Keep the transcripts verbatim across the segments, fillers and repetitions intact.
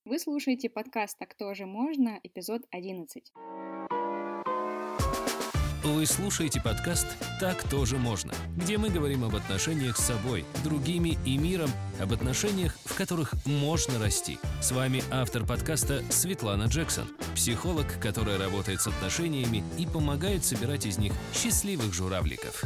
Вы слушаете подкаст «Так тоже можно», эпизод одиннадцать. Вы слушаете подкаст «Так тоже можно», где мы говорим об отношениях с собой, другими и миром, об отношениях, в которых можно расти. С вами автор подкаста Светлана Джексон, психолог, которая работает с отношениями и помогает собирать из них счастливых журавликов.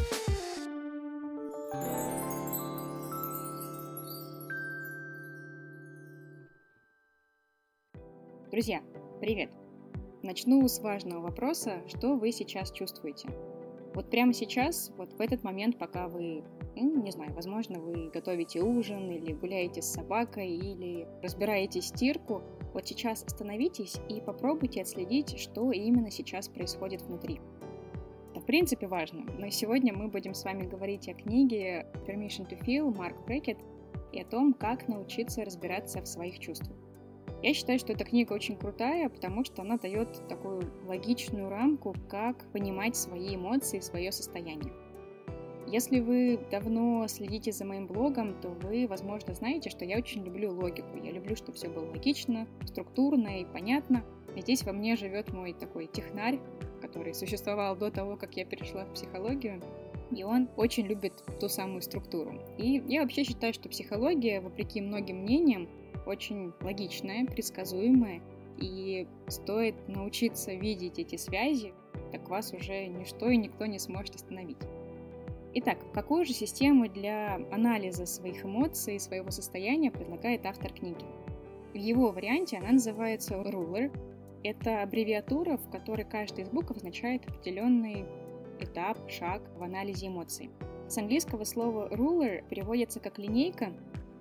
Друзья, привет! Начну с важного вопроса, что вы сейчас чувствуете. Вот прямо сейчас, вот в этот момент, пока вы, ну, не знаю, возможно, вы готовите ужин, или гуляете с собакой, или разбираете стирку, вот сейчас остановитесь и попробуйте отследить, что именно сейчас происходит внутри. Это в принципе важно, но сегодня мы будем с вами говорить о книге Permission to Feel Марк Брекет и о том, как научиться разбираться в своих чувствах. Я считаю, что эта книга очень крутая, потому что она дает такую логичную рамку, как понимать свои эмоции, свое состояние. Если вы давно следите за моим блогом, то вы, возможно, знаете, что я очень люблю логику. Я люблю, чтобы все было логично, структурно и понятно. И здесь во мне живет мой такой технарь, который существовал до того, как я перешла в психологию. И он очень любит ту самую структуру. И я вообще считаю, что психология, вопреки многим мнениям, очень логичная, предсказуемая, и стоит научиться видеть эти связи, так вас уже ничто и никто не сможет остановить. Итак, какую же систему для анализа своих эмоций, своего состояния предлагает автор книги? В его варианте она называется Ruler. Это аббревиатура, в которой каждый из букв означает определенный этап, шаг в анализе эмоций. С английского слова ruler переводится как линейка,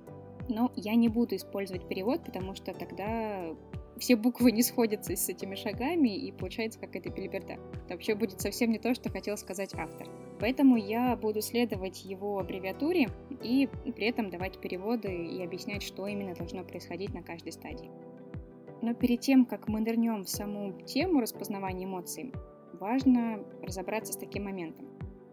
но я не буду использовать перевод, потому что тогда все буквы не сходятся с этими шагами, и получается какая-то белиберда. Это вообще будет совсем не то, что хотел сказать автор. Поэтому я буду следовать его аббревиатуре и при этом давать переводы и объяснять, что именно должно происходить на каждой стадии. Но перед тем, как мы нырнем в саму тему распознавания эмоций, важно разобраться с таким моментом.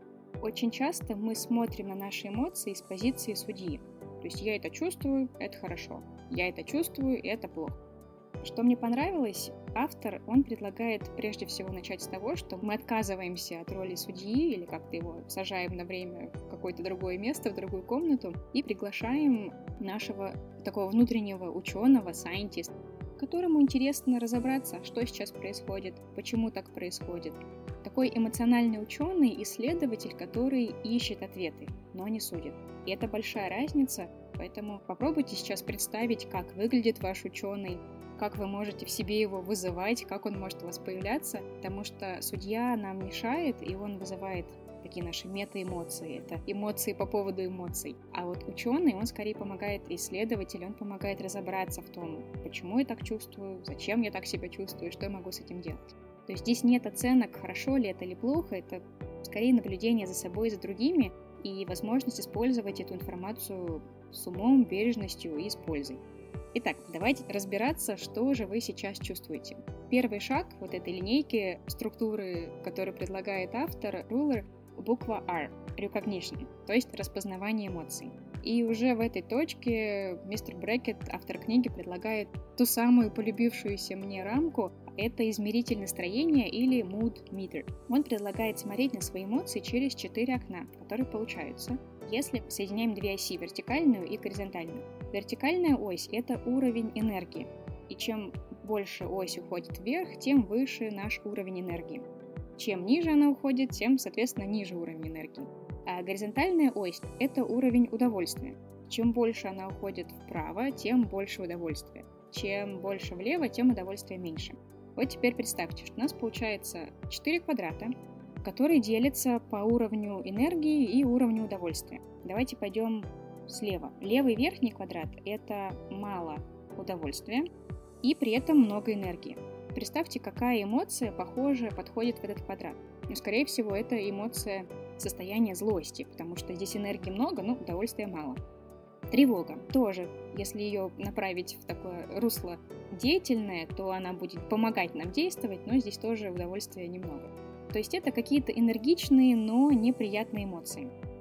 Очень часто мы смотрим на наши эмоции с позиции судьи. То есть я это чувствую, это хорошо. Я это чувствую, это плохо. Что мне понравилось, автор, он предлагает прежде всего начать с того, что мы отказываемся от роли судьи или как-то его сажаем на время в какое-то другое место, в другую комнату и приглашаем нашего такого внутреннего ученого, scientist, которому интересно разобраться, что сейчас происходит, почему так происходит. Такой эмоциональный ученый, исследователь, который ищет ответы, но не судит. И это большая разница, поэтому попробуйте сейчас представить, как выглядит ваш ученый, как вы можете в себе его вызывать, как он может у вас появляться, потому что судья нам мешает, и он вызывает такие наши мета-эмоции, это эмоции по поводу эмоций. А вот ученый, он скорее помогает, исследователь, он помогает разобраться в том, почему я так чувствую, зачем я так себя чувствую, что я могу с этим делать. То есть здесь нет оценок, хорошо ли это или плохо, это скорее наблюдение за собой и за другими, и возможность использовать эту информацию с умом, бережностью и с пользой. Итак, давайте разбираться, что же вы сейчас чувствуете. Первый шаг вот этой линейки структуры, которую предлагает автор, Ruler, буква R, Recognition, то есть распознавание эмоций. И уже в этой точке мистер Брекет, автор книги, предлагает ту самую полюбившуюся мне рамку, это измеритель настроения или mood meter. Он предлагает смотреть на свои эмоции через четыре окна, которые получаются, если соединяем две оси, вертикальную и горизонтальную. Вертикальная ось – это уровень энергии, и чем больше ось уходит вверх, тем выше наш уровень энергии. Чем ниже она уходит, тем, соответственно, ниже уровень энергии. А горизонтальная ось – это уровень удовольствия. Чем больше она уходит вправо, тем больше удовольствия. Чем больше влево, тем удовольствия меньше. Вот теперь представьте, что у нас получается четыре квадрата, которые делятся по уровню энергии и уровню удовольствия. Давайте пойдем слева. Левый верхний квадрат – это мало удовольствия и при этом много энергии. Представьте, какая эмоция, похоже, подходит в этот квадрат. Ну, скорее всего, это эмоция состояния злости, потому что здесь энергии много, но удовольствия мало. Тревога тоже, если ее направить в такое русло деятельное, то она будет помогать нам действовать, но здесь тоже удовольствия немного. То есть это какие-то энергичные, но неприятные эмоции.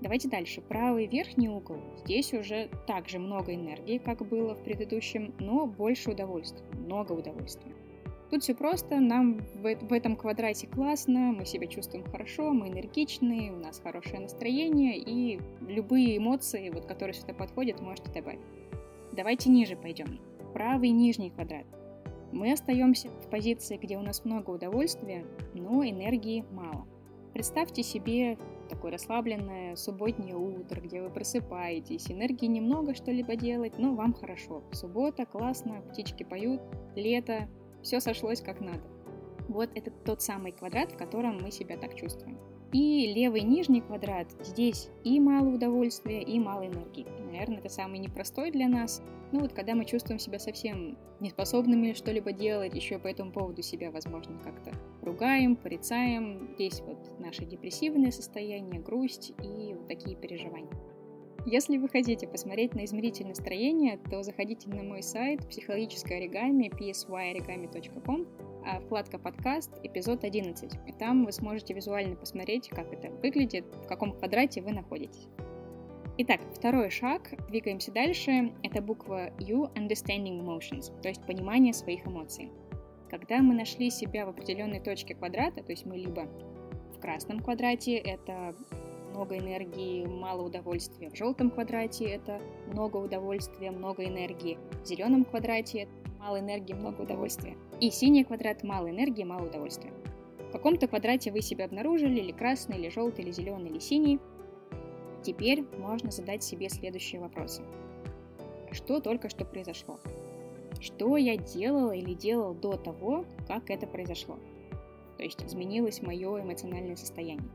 Давайте дальше. Правый верхний угол. Здесь уже также много энергии, как было в предыдущем, но больше удовольствия, много удовольствия. Тут все просто, нам в, в этом квадрате классно, мы себя чувствуем хорошо, мы энергичные, у нас хорошее настроение, и любые эмоции, вот, которые сюда подходят, можете добавить. Давайте ниже пойдем. Правый нижний квадрат. Мы остаемся в позиции, где у нас много удовольствия, но энергии мало. Представьте себе такое расслабленное субботнее утро, где вы просыпаетесь, энергии немного что-либо делать, но вам хорошо. Суббота, классно, птички поют, лето, все сошлось как надо. Вот это тот самый квадрат, в котором мы себя так чувствуем. И левый нижний квадрат, здесь и мало удовольствия, и мало энергии. Наверное, это самый непростой для нас. Ну вот когда мы чувствуем себя совсем неспособными что-либо делать, еще по этому поводу себя, возможно, как-то ругаем, порицаем. Здесь вот наше депрессивное состояние, грусть и вот такие переживания. Если вы хотите посмотреть на измеритель настроения, то заходите на мой сайт психологическое оригами пи эс вай оригами точка ком, вкладка «Подкаст», эпизод одиннадцать. И там вы сможете визуально посмотреть, как это выглядит, в каком квадрате вы находитесь. Итак, второй шаг, двигаемся дальше, это буква U, Understanding Emotions, то есть понимание своих эмоций. Когда мы нашли себя в определенной точке квадрата, то есть мы либо в красном квадрате, это много энергии, мало удовольствия, в желтом квадрате это много удовольствия, много энергии, в зеленом квадрате мало энергии, много удовольствия, и синий квадрат мало энергии, мало удовольствия. В каком-то квадрате вы себя обнаружили, или красный, или желтый, или зеленый, или синий. Теперь можно задать себе следующие вопросы. Что только что произошло? Что я делала или делал до того, как это произошло? То есть изменилось мое эмоциональное состояние.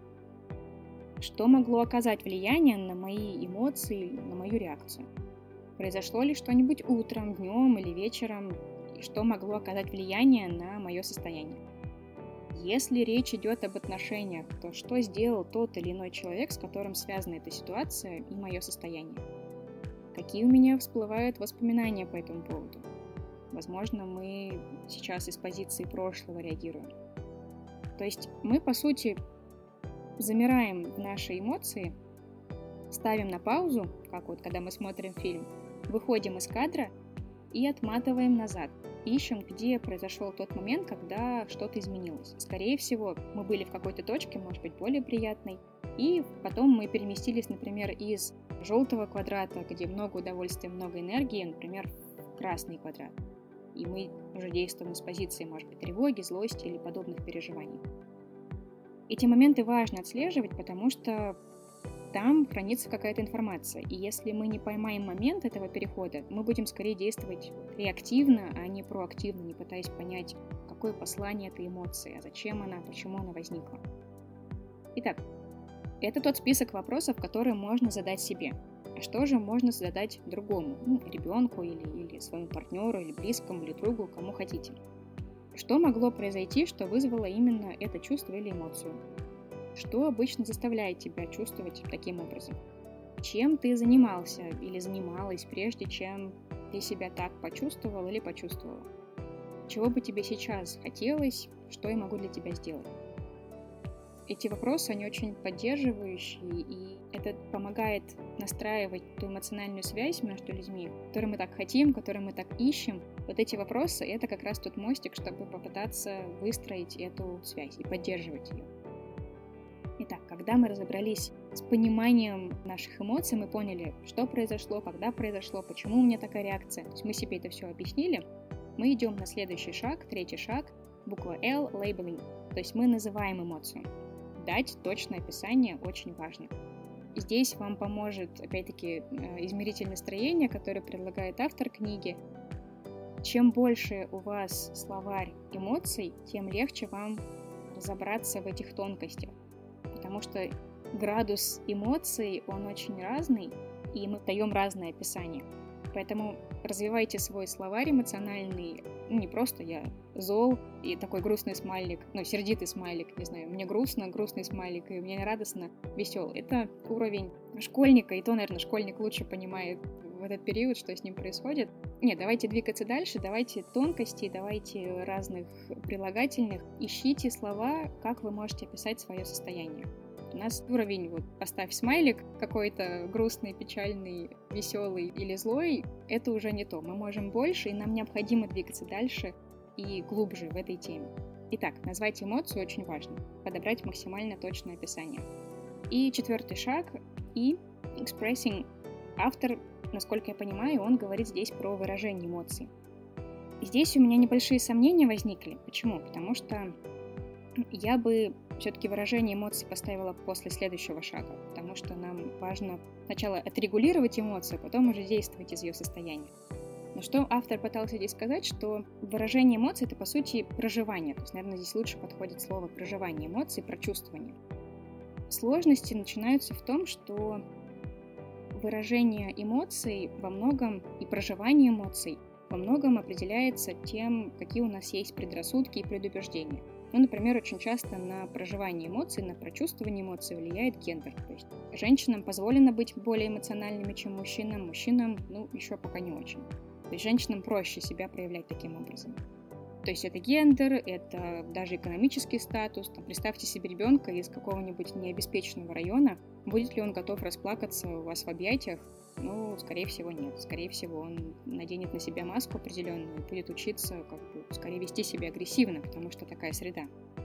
Что могло оказать влияние на мои эмоции, на мою реакцию? Произошло ли что-нибудь утром, днем или вечером, и что могло оказать влияние на мое состояние? Если речь идет об отношениях, то что сделал тот или иной человек, с которым связана эта ситуация и мое состояние? Какие у меня всплывают воспоминания по этому поводу? Возможно, мы сейчас из позиции прошлого реагируем. То есть мы, по сути, замираем в наши эмоции, ставим на паузу, как вот когда мы смотрим фильм, выходим из кадра и отматываем назад. Ищем, где произошел тот момент, когда что-то изменилось. Скорее всего, мы были в какой-то точке, может быть, более приятной, и потом мы переместились, например, из желтого квадрата, где много удовольствия, много энергии, например, в красный квадрат. И мы уже действуем с позиции, может быть, тревоги, злости или подобных переживаний. Эти моменты важно отслеживать, потому что там хранится какая-то информация. И если мы не поймаем момент этого перехода, мы будем скорее действовать реактивно, а не проактивно, не пытаясь понять, какое послание этой эмоции, а зачем она, почему она возникла. Итак, это тот список вопросов, которые можно задать себе. А что же можно задать другому, ну, ребенку или, или своему партнеру, или близкому, или другу, кому хотите? Что могло произойти, что вызвало именно это чувство или эмоцию? Что обычно заставляет тебя чувствовать таким образом? Чем ты занимался или занималась, прежде чем ты себя так почувствовал или почувствовала? Чего бы тебе сейчас хотелось, что я могу для тебя сделать? Эти вопросы, они очень поддерживающие, и это помогает настраивать ту эмоциональную связь между людьми, которую мы так хотим, которую мы так ищем. Вот эти вопросы — это как раз тот мостик, чтобы попытаться выстроить эту связь и поддерживать ее. Итак, когда мы разобрались с пониманием наших эмоций, мы поняли, что произошло, когда произошло, почему у меня такая реакция, то есть мы себе это все объяснили, мы идем на следующий шаг, третий шаг, буква L, labeling, то есть мы называем эмоцию. Дать точное описание очень важно. Здесь вам поможет, опять-таки, измеритель настроения, который предлагает автор книги. Чем больше у вас словарь эмоций, тем легче вам разобраться в этих тонкостях. Потому что градус эмоций, он очень разный, и мы даем разное описание. Поэтому развивайте свой словарь эмоциональный. Ну, не просто я зол и такой грустный смайлик, ну, сердитый смайлик, не знаю, мне грустно, грустный смайлик, и мне радостно, весел. Это уровень школьника, и то, наверное, школьник лучше понимает в этот период, что с ним происходит. Нет, давайте двигаться дальше, давайте тонкости, давайте разных прилагательных. Ищите слова, как вы можете описать свое состояние. У нас уровень, вот поставь смайлик какой-то грустный, печальный, веселый или злой, это уже не то. Мы можем больше, и нам необходимо двигаться дальше и глубже в этой теме. Итак, назвать эмоцию очень важно, подобрать максимально точное описание. И четвертый шаг и expressing. Автор, насколько я понимаю, он говорит здесь про выражение эмоций. Здесь у меня небольшие сомнения возникли. Почему? Потому что я бы все-таки выражение эмоций поставила после следующего шага, потому что нам важно сначала отрегулировать эмоцию, а потом уже действовать из ее состояния. Но что автор пытался здесь сказать, что выражение эмоций — это, по сути, проживание. То есть, наверное, здесь лучше подходит слово проживание эмоций, прочувствование. Сложности начинаются в том, что выражение эмоций во многом и проживание эмоций во многом определяется тем, какие у нас есть предрассудки и предубеждения. Ну, например, очень часто на проживание эмоций, на прочувствование эмоций влияет гендер. То есть женщинам позволено быть более эмоциональными, чем мужчинам, мужчинам, ну, еще пока не очень. То есть женщинам проще себя проявлять таким образом. То есть это гендер, это даже экономический статус. Там, представьте себе ребенка из какого-нибудь необеспеченного района. Будет ли он готов расплакаться у вас в объятиях? Ну, скорее всего, нет. Скорее всего, он наденет на себя маску определенную и будет учиться, как бы, скорее вести себя агрессивно, потому что такая среда.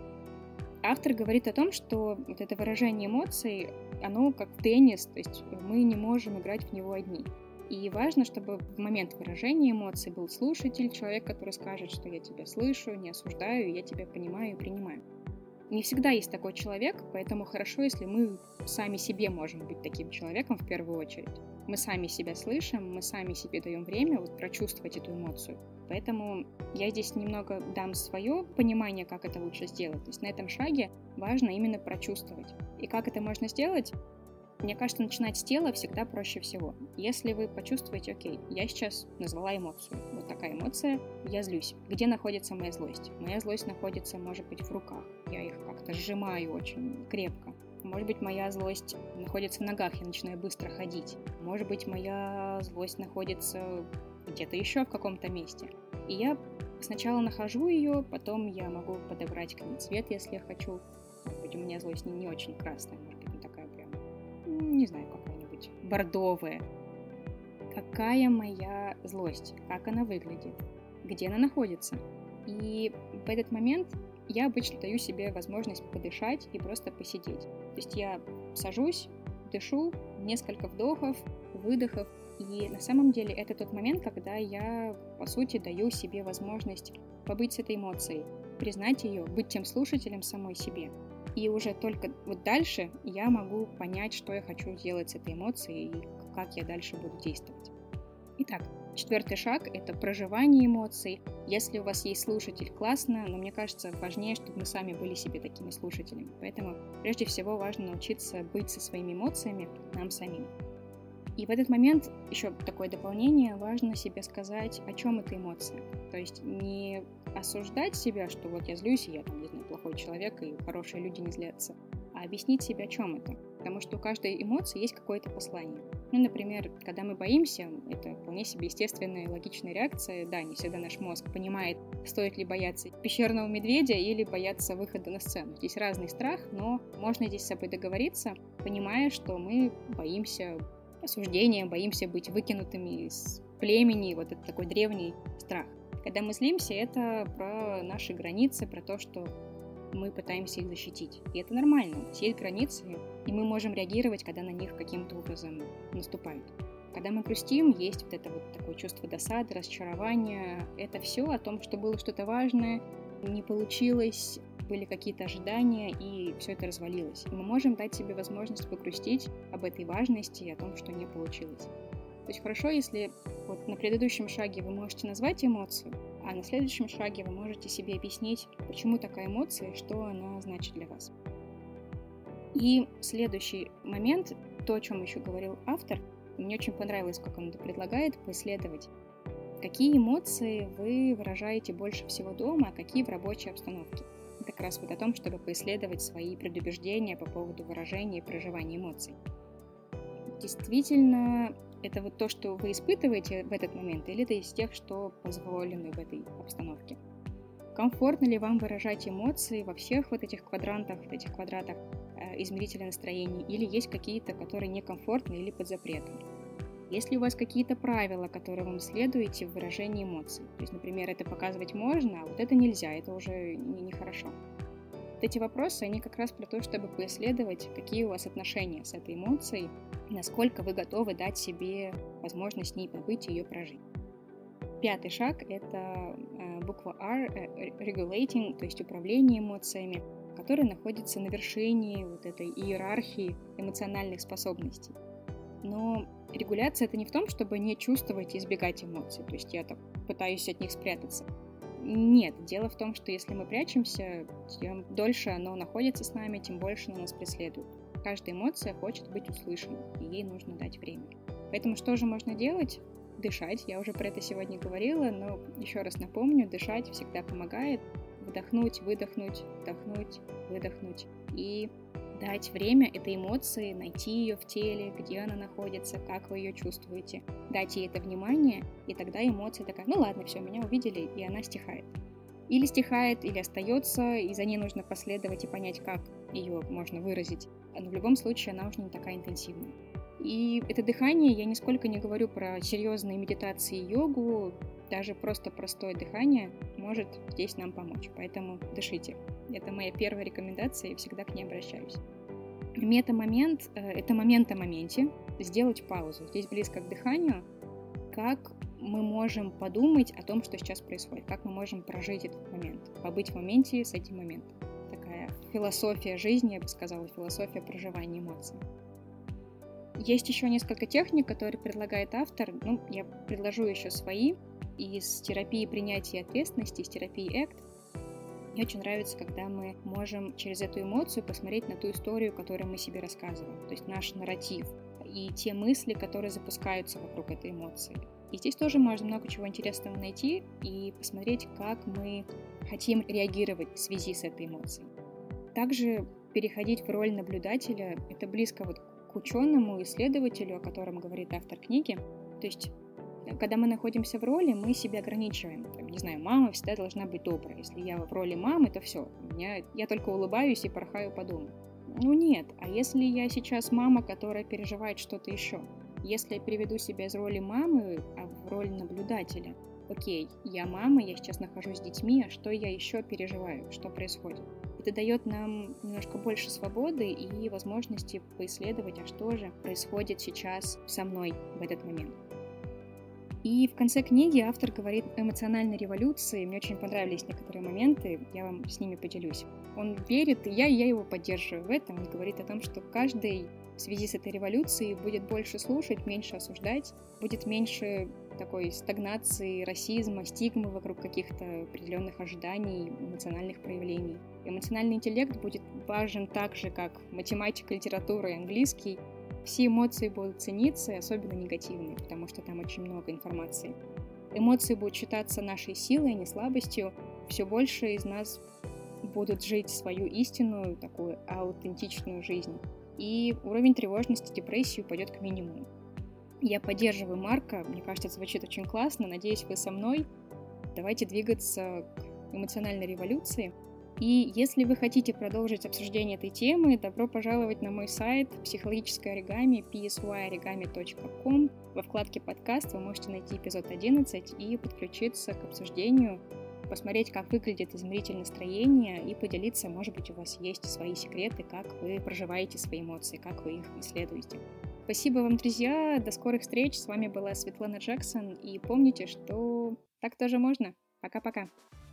Автор говорит о том, что вот это выражение эмоций, оно как теннис, то есть мы не можем играть в него одни. И важно, чтобы в момент выражения эмоций был слушатель, человек, который скажет, что я тебя слышу, не осуждаю, я тебя понимаю и принимаю. Не всегда есть такой человек, поэтому хорошо, если мы сами себе можем быть таким человеком в первую очередь. Мы сами себя слышим, мы сами себе даем время вот прочувствовать эту эмоцию. Поэтому я здесь немного дам свое понимание, как это лучше сделать. То есть на этом шаге важно именно прочувствовать. И как это можно сделать? Мне кажется, начинать с тела всегда проще всего. Если вы почувствуете, окей, я сейчас назвала эмоцию, вот такая эмоция, я злюсь. Где находится моя злость? Моя злость находится, может быть, в руках. Я их как-то сжимаю очень крепко. Может быть, моя злость находится в ногах, я начинаю быстро ходить. Может быть, моя злость находится где-то еще в каком-то месте. И я сначала нахожу ее, потом я могу подобрать к ней цвет, если я хочу. Может быть, у меня злость не, не очень красная, может быть, не такая прям, не знаю, какая-нибудь бордовая. Какая моя злость? Как она выглядит? Где она находится? И в этот момент я обычно даю себе возможность подышать и просто посидеть. То есть я сажусь, дышу, несколько вдохов, выдохов. И на самом деле это тот момент, когда я, по сути, даю себе возможность побыть с этой эмоцией, признать ее, быть тем слушателем самой себе. И уже только вот дальше я могу понять, что я хочу делать с этой эмоцией и как я дальше буду действовать. Итак, четвертый шаг — это проживание эмоций. Если у вас есть слушатель, классно, но мне кажется, важнее, чтобы мы сами были себе такими слушателями. Поэтому прежде всего важно научиться быть со своими эмоциями нам самим. И в этот момент еще такое дополнение, важно себе сказать, о чем эта эмоция. То есть не осуждать себя, что вот я злюсь, и я там, не знаю, плохой человек, и хорошие люди не злятся, а объяснить себе, о чем это. Потому что у каждой эмоции есть какое-то послание. Ну, например, когда мы боимся, это вполне себе естественная и логичная реакция. Да, не всегда наш мозг понимает, стоит ли бояться пещерного медведя или бояться выхода на сцену. Здесь разный страх, но можно здесь с собой договориться, понимая, что мы боимся осуждения, боимся быть выкинутыми из племени, вот это такой древний страх. Когда мы злимся, это про наши границы, про то, что мы пытаемся их защитить. И это нормально, у нас есть границы, и мы можем реагировать, когда на них каким-то образом наступают. Когда мы грустим, есть вот это вот такое чувство досады, разочарования. Это все о том, что было что-то важное, не получилось, были какие-то ожидания, и все это развалилось. И мы можем дать себе возможность погрустить об этой важности и о том, что не получилось. То есть хорошо, если вот на предыдущем шаге вы можете назвать эмоцию, а на следующем шаге вы можете себе объяснить, почему такая эмоция и что она значит для вас. И следующий момент, то, о чем еще говорил автор, мне очень понравилось, как он это предлагает, поисследовать, какие эмоции вы выражаете больше всего дома, а какие в рабочей обстановке. Как раз вот о том, чтобы поисследовать свои предубеждения по поводу выражения и проживания эмоций. Действительно, это вот то, что вы испытываете в этот момент, или это из тех, что позволены в этой обстановке? Комфортно ли вам выражать эмоции во всех вот этих квадрантах, вот этих квадратах? э, измерители настроений, или есть какие-то, которые некомфортны или под запретом. Есть ли у вас какие-то правила, которые вы следуете в выражении эмоций? То есть, например, это показывать можно, а вот это нельзя, это уже нехорошо. Вот эти вопросы, они как раз про то, чтобы поисследовать, какие у вас отношения с этой эмоцией, насколько вы готовы дать себе возможность с ней побыть и ее прожить. Пятый шаг – это буква R, regulating, то есть управление эмоциями, который находится на вершине вот этой иерархии эмоциональных способностей. Но регуляция – это не в том, чтобы не чувствовать и избегать эмоций, то есть я так пытаюсь от них спрятаться. Нет, дело в том, что если мы прячемся, тем дольше оно находится с нами, тем больше оно нас преследует. Каждая эмоция хочет быть услышана, и ей нужно дать время. Поэтому что же можно делать? Дышать. Я уже про это сегодня говорила, но еще раз напомню, дышать всегда помогает. Вдохнуть, выдохнуть, вдохнуть, выдохнуть. И дать время этой эмоции, найти ее в теле, где она находится, как вы ее чувствуете. Дать ей это внимание, и тогда эмоция такая, ну ладно, все, меня увидели, и она стихает. Или стихает, или остается, и за ней нужно последовать и понять, как ее можно выразить. Но в любом случае она уже не такая интенсивная. И это дыхание, я нисколько не говорю про серьезные медитации и йогу, даже просто простое дыхание может здесь нам помочь, поэтому дышите. Это моя первая рекомендация, я всегда к ней обращаюсь. Мета-момент – это момент о моменте, сделать паузу. Здесь близко к дыханию, как мы можем подумать о том, что сейчас происходит, как мы можем прожить этот момент, побыть в моменте с этим моментом. Такая философия жизни, я бы сказала, философия проживания эмоций. Есть еще несколько техник, которые предлагает автор. Ну, я предложу еще свои. Из терапии принятия ответственности, из терапии эй си ти. Мне очень нравится, когда мы можем через эту эмоцию посмотреть на ту историю, которую мы себе рассказываем. То есть наш нарратив и те мысли, которые запускаются вокруг этой эмоции. И здесь тоже можно много чего интересного найти и посмотреть, как мы хотим реагировать в связи с этой эмоцией. Также переходить в роль наблюдателя – это близко вот к ученому, исследователю, о котором говорит автор книги. То есть, когда мы находимся в роли, мы себя ограничиваем. Там, не знаю, мама всегда должна быть доброй. Если я в роли мамы, то все. Меня, я только улыбаюсь и порхаю по дому. Ну нет, а если я сейчас мама, которая переживает что-то еще? Если я переведу себя из роли мамы, а в роль наблюдателя, окей, я мама, я сейчас нахожусь с детьми, а что я еще переживаю, что происходит? Это дает нам немножко больше свободы и возможности поисследовать, а что же происходит сейчас со мной в этот момент. И в конце книги автор говорит о эмоциональной революции. Мне очень понравились некоторые моменты, я вам с ними поделюсь. Он верит, и я, и я его поддерживаю в этом. Он говорит о том, что каждый в связи с этой революцией будет больше слушать, меньше осуждать, будет меньше такой стагнации, расизма, стигмы вокруг каких-то определенных ожиданий, эмоциональных проявлений. Эмоциональный интеллект будет важен так же, как математика, литература и английский. Все эмоции будут цениться, особенно негативные, потому что там очень много информации. Эмоции будут считаться нашей силой, а не слабостью. Все больше из нас будут жить свою истинную, такую аутентичную жизнь. И уровень тревожности, депрессии упадет к минимуму. Я поддерживаю Марка, мне кажется, это звучит очень классно, надеюсь, вы со мной. Давайте двигаться к эмоциональной революции. И если вы хотите продолжить обсуждение этой темы, добро пожаловать на мой сайт «Психологическое оригами» пи эс уай оригами точка ком. Во вкладке «Подкаст» вы можете найти эпизод одиннадцать и подключиться к обсуждению, посмотреть, как выглядит измеритель настроения и поделиться, может быть, у вас есть свои секреты, как вы проживаете свои эмоции, как вы их исследуете. Спасибо вам, друзья, до скорых встреч. С вами была Светлана Джексон, и помните, что так тоже можно. Пока-пока.